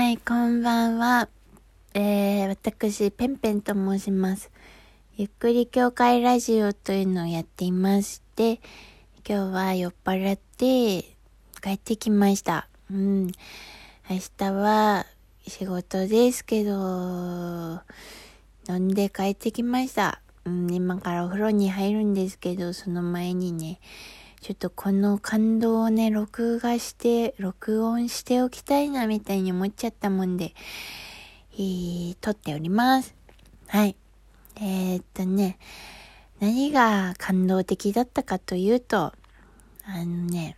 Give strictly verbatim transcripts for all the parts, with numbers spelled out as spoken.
はい、こんばんは。えー、私、ペンペンと申します。ゆっくり教会ラジオというのをやっていまして、今日は酔っ払って帰ってきました。うん。明日は仕事ですけど、飲んで帰ってきました。うん、今からお風呂に入るんですけど、その前にね、ちょっとこの感動をね、録画して、録音しておきたいなみたいに思っちゃったもんで、えー、撮っております。はい。えー、っとね、何が感動的だったかというと、あのね、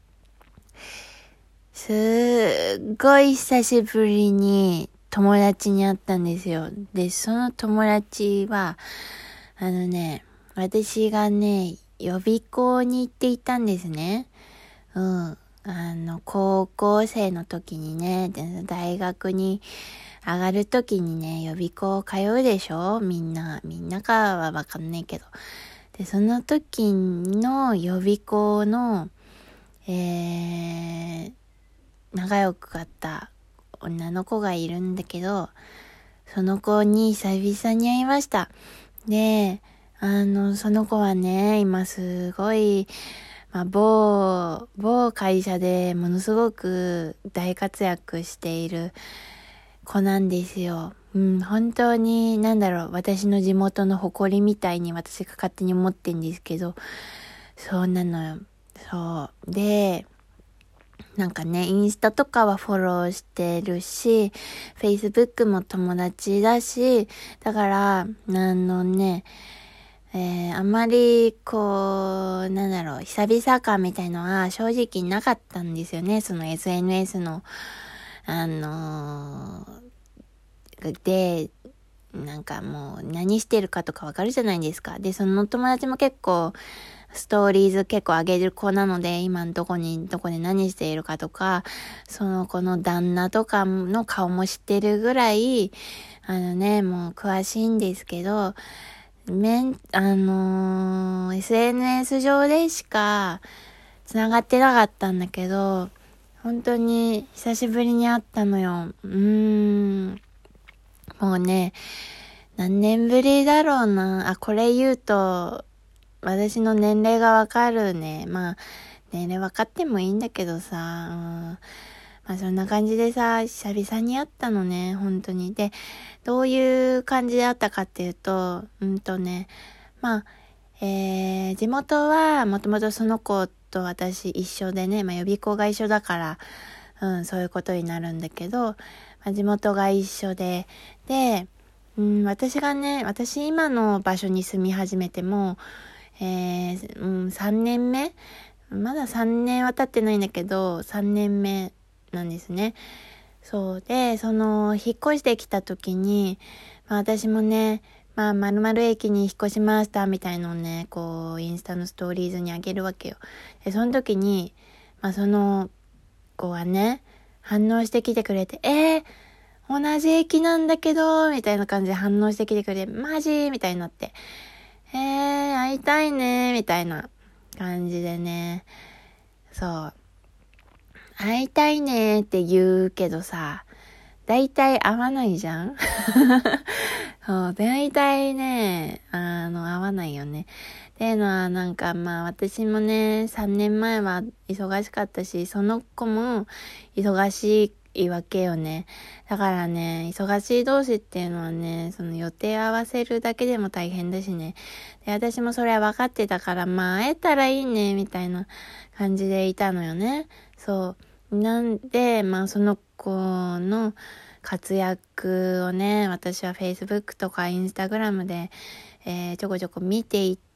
すっごい久しぶりに友達に会ったんですよ。で、その友達は、あのね、私がね、予備校に行っていたんですね。うん。あの、高校生の時にね、大学に上がる時にね、予備校通うでしょ？みんな、みんなかはわかんないけど。で、その時の予備校の、えー、仲良かった女の子がいるんだけど、その子に久々に会いました。で、あの、その子はね、今すごい、まあ、某、某会社でものすごく大活躍している子なんですよ。うん、本当に、なんだろう、私の地元の誇りみたいに私が勝手に思ってんですけど、そうなのよ。そう。で、なんかね、インスタとかはフォローしてるし、Facebook も友達だし、だから、あのね、えー、あまり、こう、なんだろう、久々感みたいのは正直なかったんですよね。その エスエヌエス の、あのー、で、なんかもう何してるかとかわかるじゃないですか。で、その友達も結構、ストーリーズ結構上げる子なので、今どこに、どこで何しているかとか、その子の旦那とかの顔も知ってるぐらい、あのね、もう詳しいんですけど、めん、あのー、エスエヌエス 上でしか繋がってなかったんだけど、本当に久しぶりに会ったのよ。うーん。もうね、何年ぶりだろうな。あ、これ言うと、私の年齢がわかるね。まあ、年齢わかってもいいんだけどさ、うん、まあそんな感じでさ、久々に会ったのね、本当に。で、どういう感じで会ったかっていうと、うんとね、まあ、えー、地元はもともとその子と私一緒でね、まあ予備校が一緒だから、うん、そういうことになるんだけど、まあ、地元が一緒で、で、うん、私がね、私今の場所に住み始めても、えー、うん、さんねんめまださんねんは経ってないんだけど、さんねんめなんですね。そうで、その、引っ越してきた時に、まあ私もね、まあ、〇〇駅に引っ越しました、みたいのをね、こう、インスタのストーリーズにあげるわけよ。で、その時に、まあその子はね、反応してきてくれて、えー、同じ駅なんだけど、みたいな感じで反応してきてくれて、マジみたいになって、えー、会いたいね、みたいな感じでね、そう、会いたいねって言うけどさ、だいたい会わないじゃんそう、だいたいね、あの、会わないよね。っていうのは、なんかまあ私もね、さんねんまえは忙しかったし、その子も忙しいわけよね。だからね、忙しい同士っていうのはね、その予定合わせるだけでも大変だしね。で、私もそれは分かってたから、まあ会えたらいいね、みたいな感じでいたのよね。そう。なんで、まあその子の活躍をね、私は Facebook とか Instagram で、えー、ちょこちょこ見ていって、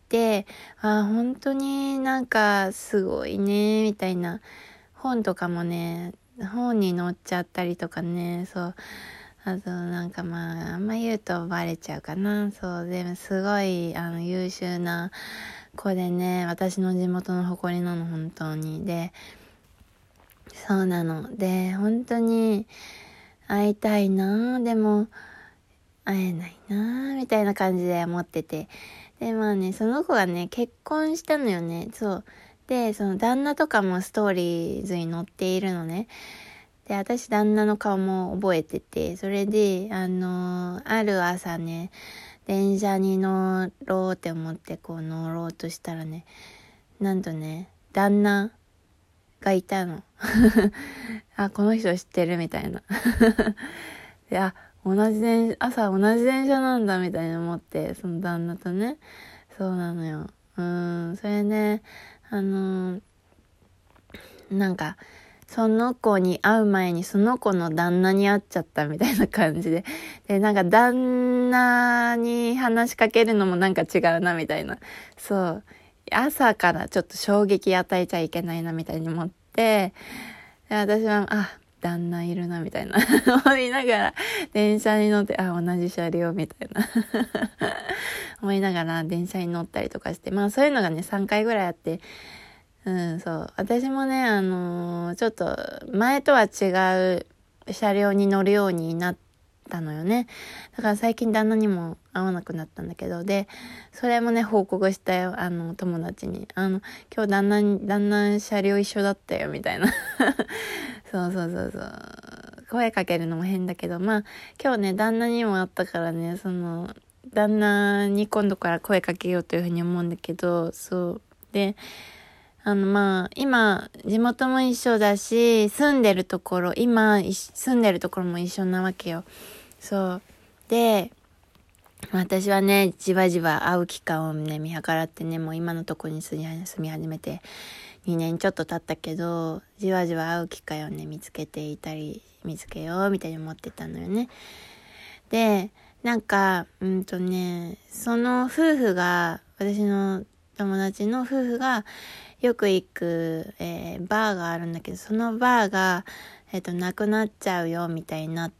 あ、本当になんかすごいね、みたいな。本とかもね、本に載っちゃったりとかね、そう。あとなんかまあ、あんま言うとバレちゃうかな。そう、でもすごい、あの、優秀な子でね、私の地元の誇りなの、本当に。で、そうなの。で、本当に会いたいなでも、会えないなみたいな感じで思ってて。で、まあね、その子がね、結婚したのよね。そう。で、その旦那とかもストーリーズに載っているのね。 で、私旦那の顔も覚えてて、それで、あのー、ある朝ね、電車に乗ろうって思ってこう乗ろうとしたらね、なんとね、旦那がいたの。あ、この人知ってるみたいな。で、あ、同じ電朝同じ電車なんだみたいに思って、その旦那とね、そうなのよ。うーん、それね、あのー、なんか、その子に会う前にその子の旦那に会っちゃったみたいな感じで。で、なんか旦那に話しかけるのもなんか違うなみたいな。そう。朝からちょっと衝撃与えちゃいけないなみたいに思って、で私は、あ、旦那いるなみたいな思いながら電車に乗って、あ、同じ車両みたいな思いながら電車に乗ったりとかして、まあそういうのがねさんかいぐらいあって、うん、そう。私もね、あのー、ちょっと前とは違う車両に乗るようになったのよね。だから最近旦那にも会わなくなったんだけど、で、それもね、報告したよ。あの、友達に。あの、今日旦那に、旦那車両一緒だったよ、みたいな。そうそうそうそう。声かけるのも変だけど、まあ、今日ね、旦那にも会ったからね、その、旦那に今度から声かけようというふうに思うんだけど、そう。で、あのまあ今地元も一緒だし、住んでるところ今住んでるところも一緒なわけよ。そうで、私はねじわじわ会う期間をね見計らってね、もう今のところに住み始めてにねんちょっと経ったけど、じわじわ会う機会をね見つけていたり、見つけようみたいに思ってたのよね。でなんかうんとねその夫婦が、私の友達の夫婦がよく行く、えー、バーがあるんだけど、そのバーが、えっと、なくなっちゃうよみたいになって、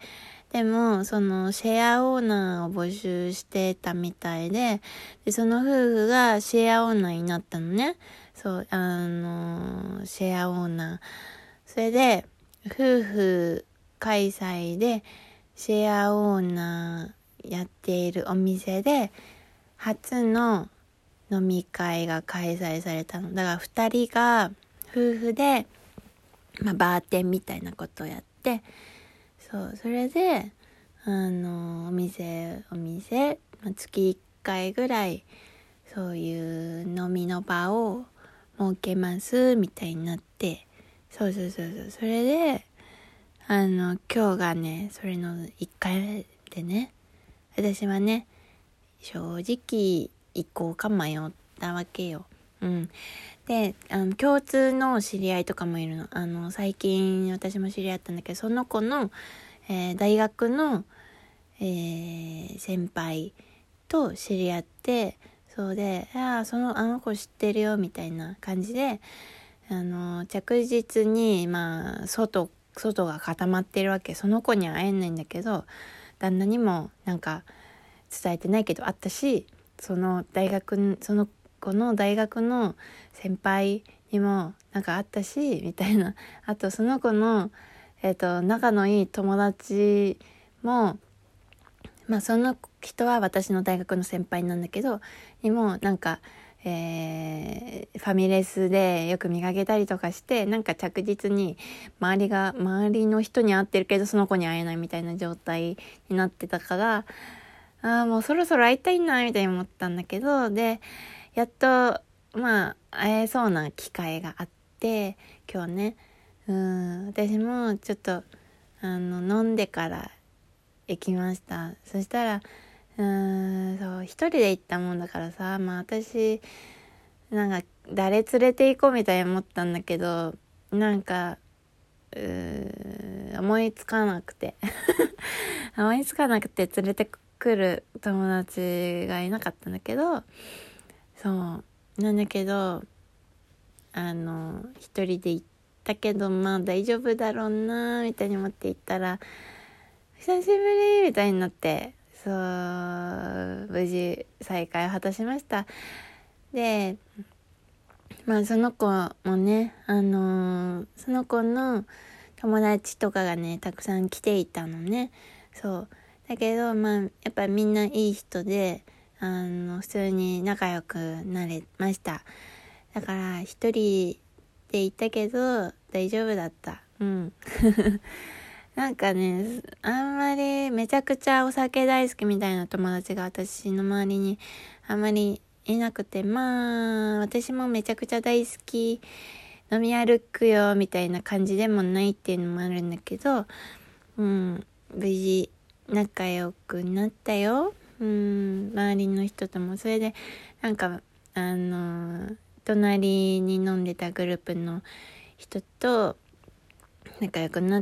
でもそのシェアオーナーを募集してたみたいで、でその夫婦がシェアオーナーになったのね。そう、あのシェアオーナー。それで夫婦開催でシェアオーナーやっているお店で初の飲み会が開催されたの。だから二人が夫婦で、まあ、バーテンみたいなことをやって、そう、それで、あの、お店、お店、まあ、月いっかいぐらい、そういう飲みの場を設けます、みたいになって、そうそうそうそう、それで、あの、今日がね、それのいっかいめでね、私はね、正直、行こうか迷ったわけよ。うん。で、あの、共通の知り合いとかもいるの。あの、最近私も知り合ったんだけど、その子の、えー、大学の、えー、先輩と知り合って、そうで、ああ、その、あの子知ってるよ、みたいな感じで、あの、着実に、まあ、外、外が固まってるわけ。その子には会えないんだけど、旦那にもなんか伝えてないけどあったし、その大学、その子の大学の先輩にもなんかあったし、みたいな。あとその子の、えっと、仲のいい友達も、まあその人は私の大学の先輩なんだけど、にもなんか、えー、ファミレスでよく見かけたりとかして、なんか着実に周りが、周りの人に会ってるけどその子に会えないみたいな状態になってたから、ああ、もうそろそろ会いたいな、みたいに思ったんだけど、で、やっと、まあ、会えそうな機会があって、今日ね、うん、私もちょっと、あの、飲んでから行きました。そしたら、うーん、そう、一人で行ったもんだからさ、まあ私、なんか、誰連れて行こうみたいに思ったんだけど、なんか、うー思いつかなくて。思いつかなくて連れて来る友達がいなかったんだけど、そうなんだけど、あの一人で行ったけど、まあ大丈夫だろうなみたいに思って行ったら、久しぶりみたいになって、そう無事再会を果たしました。で、まあその子もね、あのー、その子の友達とかがねたくさん来ていたのね。そうだけど、まあやっぱみんないい人で、あの普通に仲良くなれました。だから一人で行ったけど大丈夫だった。 うんなんかね、あんまりめちゃくちゃお酒大好きみたいな友達が私の周りにあんまりいなくて、まあ私もめちゃくちゃ大好き、飲み歩くよみたいな感じでもないっていうのもあるんだけど、うん、無事仲良くなったよ。うん、周りの人とも。それでなんかあの隣に飲んでたグループの人と仲良くなって、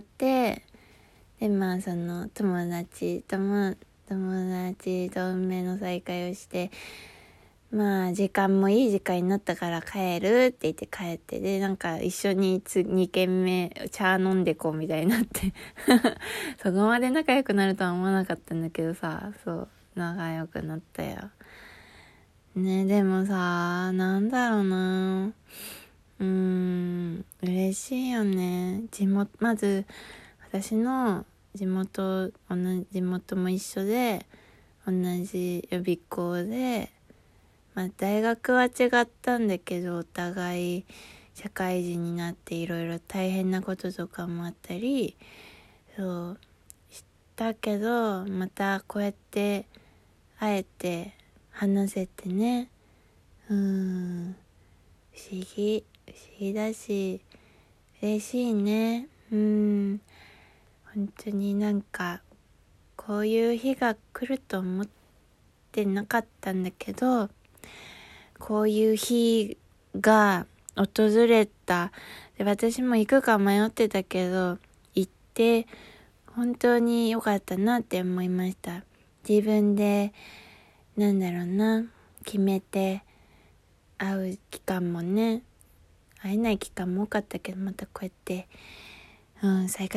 でまあその友達とも友達と運命の再会をして、まあ時間もいい時間になったから帰るって言って帰って、でなんか一緒にに軒目茶飲んでこうみたいになってそこまで仲良くなるとは思わなかったんだけどさ、そう仲良くなったよね。でもさ、なんだろうな、うーん嬉しいよね。地元、まず私の地元同じ地元も一緒で、同じ予備校で、まあ大学は違ったんだけど、お互い社会人になっていろいろ大変なこととかもあったりそうしたけど、またこうやって会えて話せてね、うーん不思議不思議だし嬉しいね。うーん本当になんかこういう日が来ると思ってなかったんだけど、こういう日が訪れた。で、私も行くか迷ってたけど、行って本当に良かったなって思いました。自分で、なんだろうな、決めて会う期間もね、会えない期間も多かったけど、またこうやって、うん、再会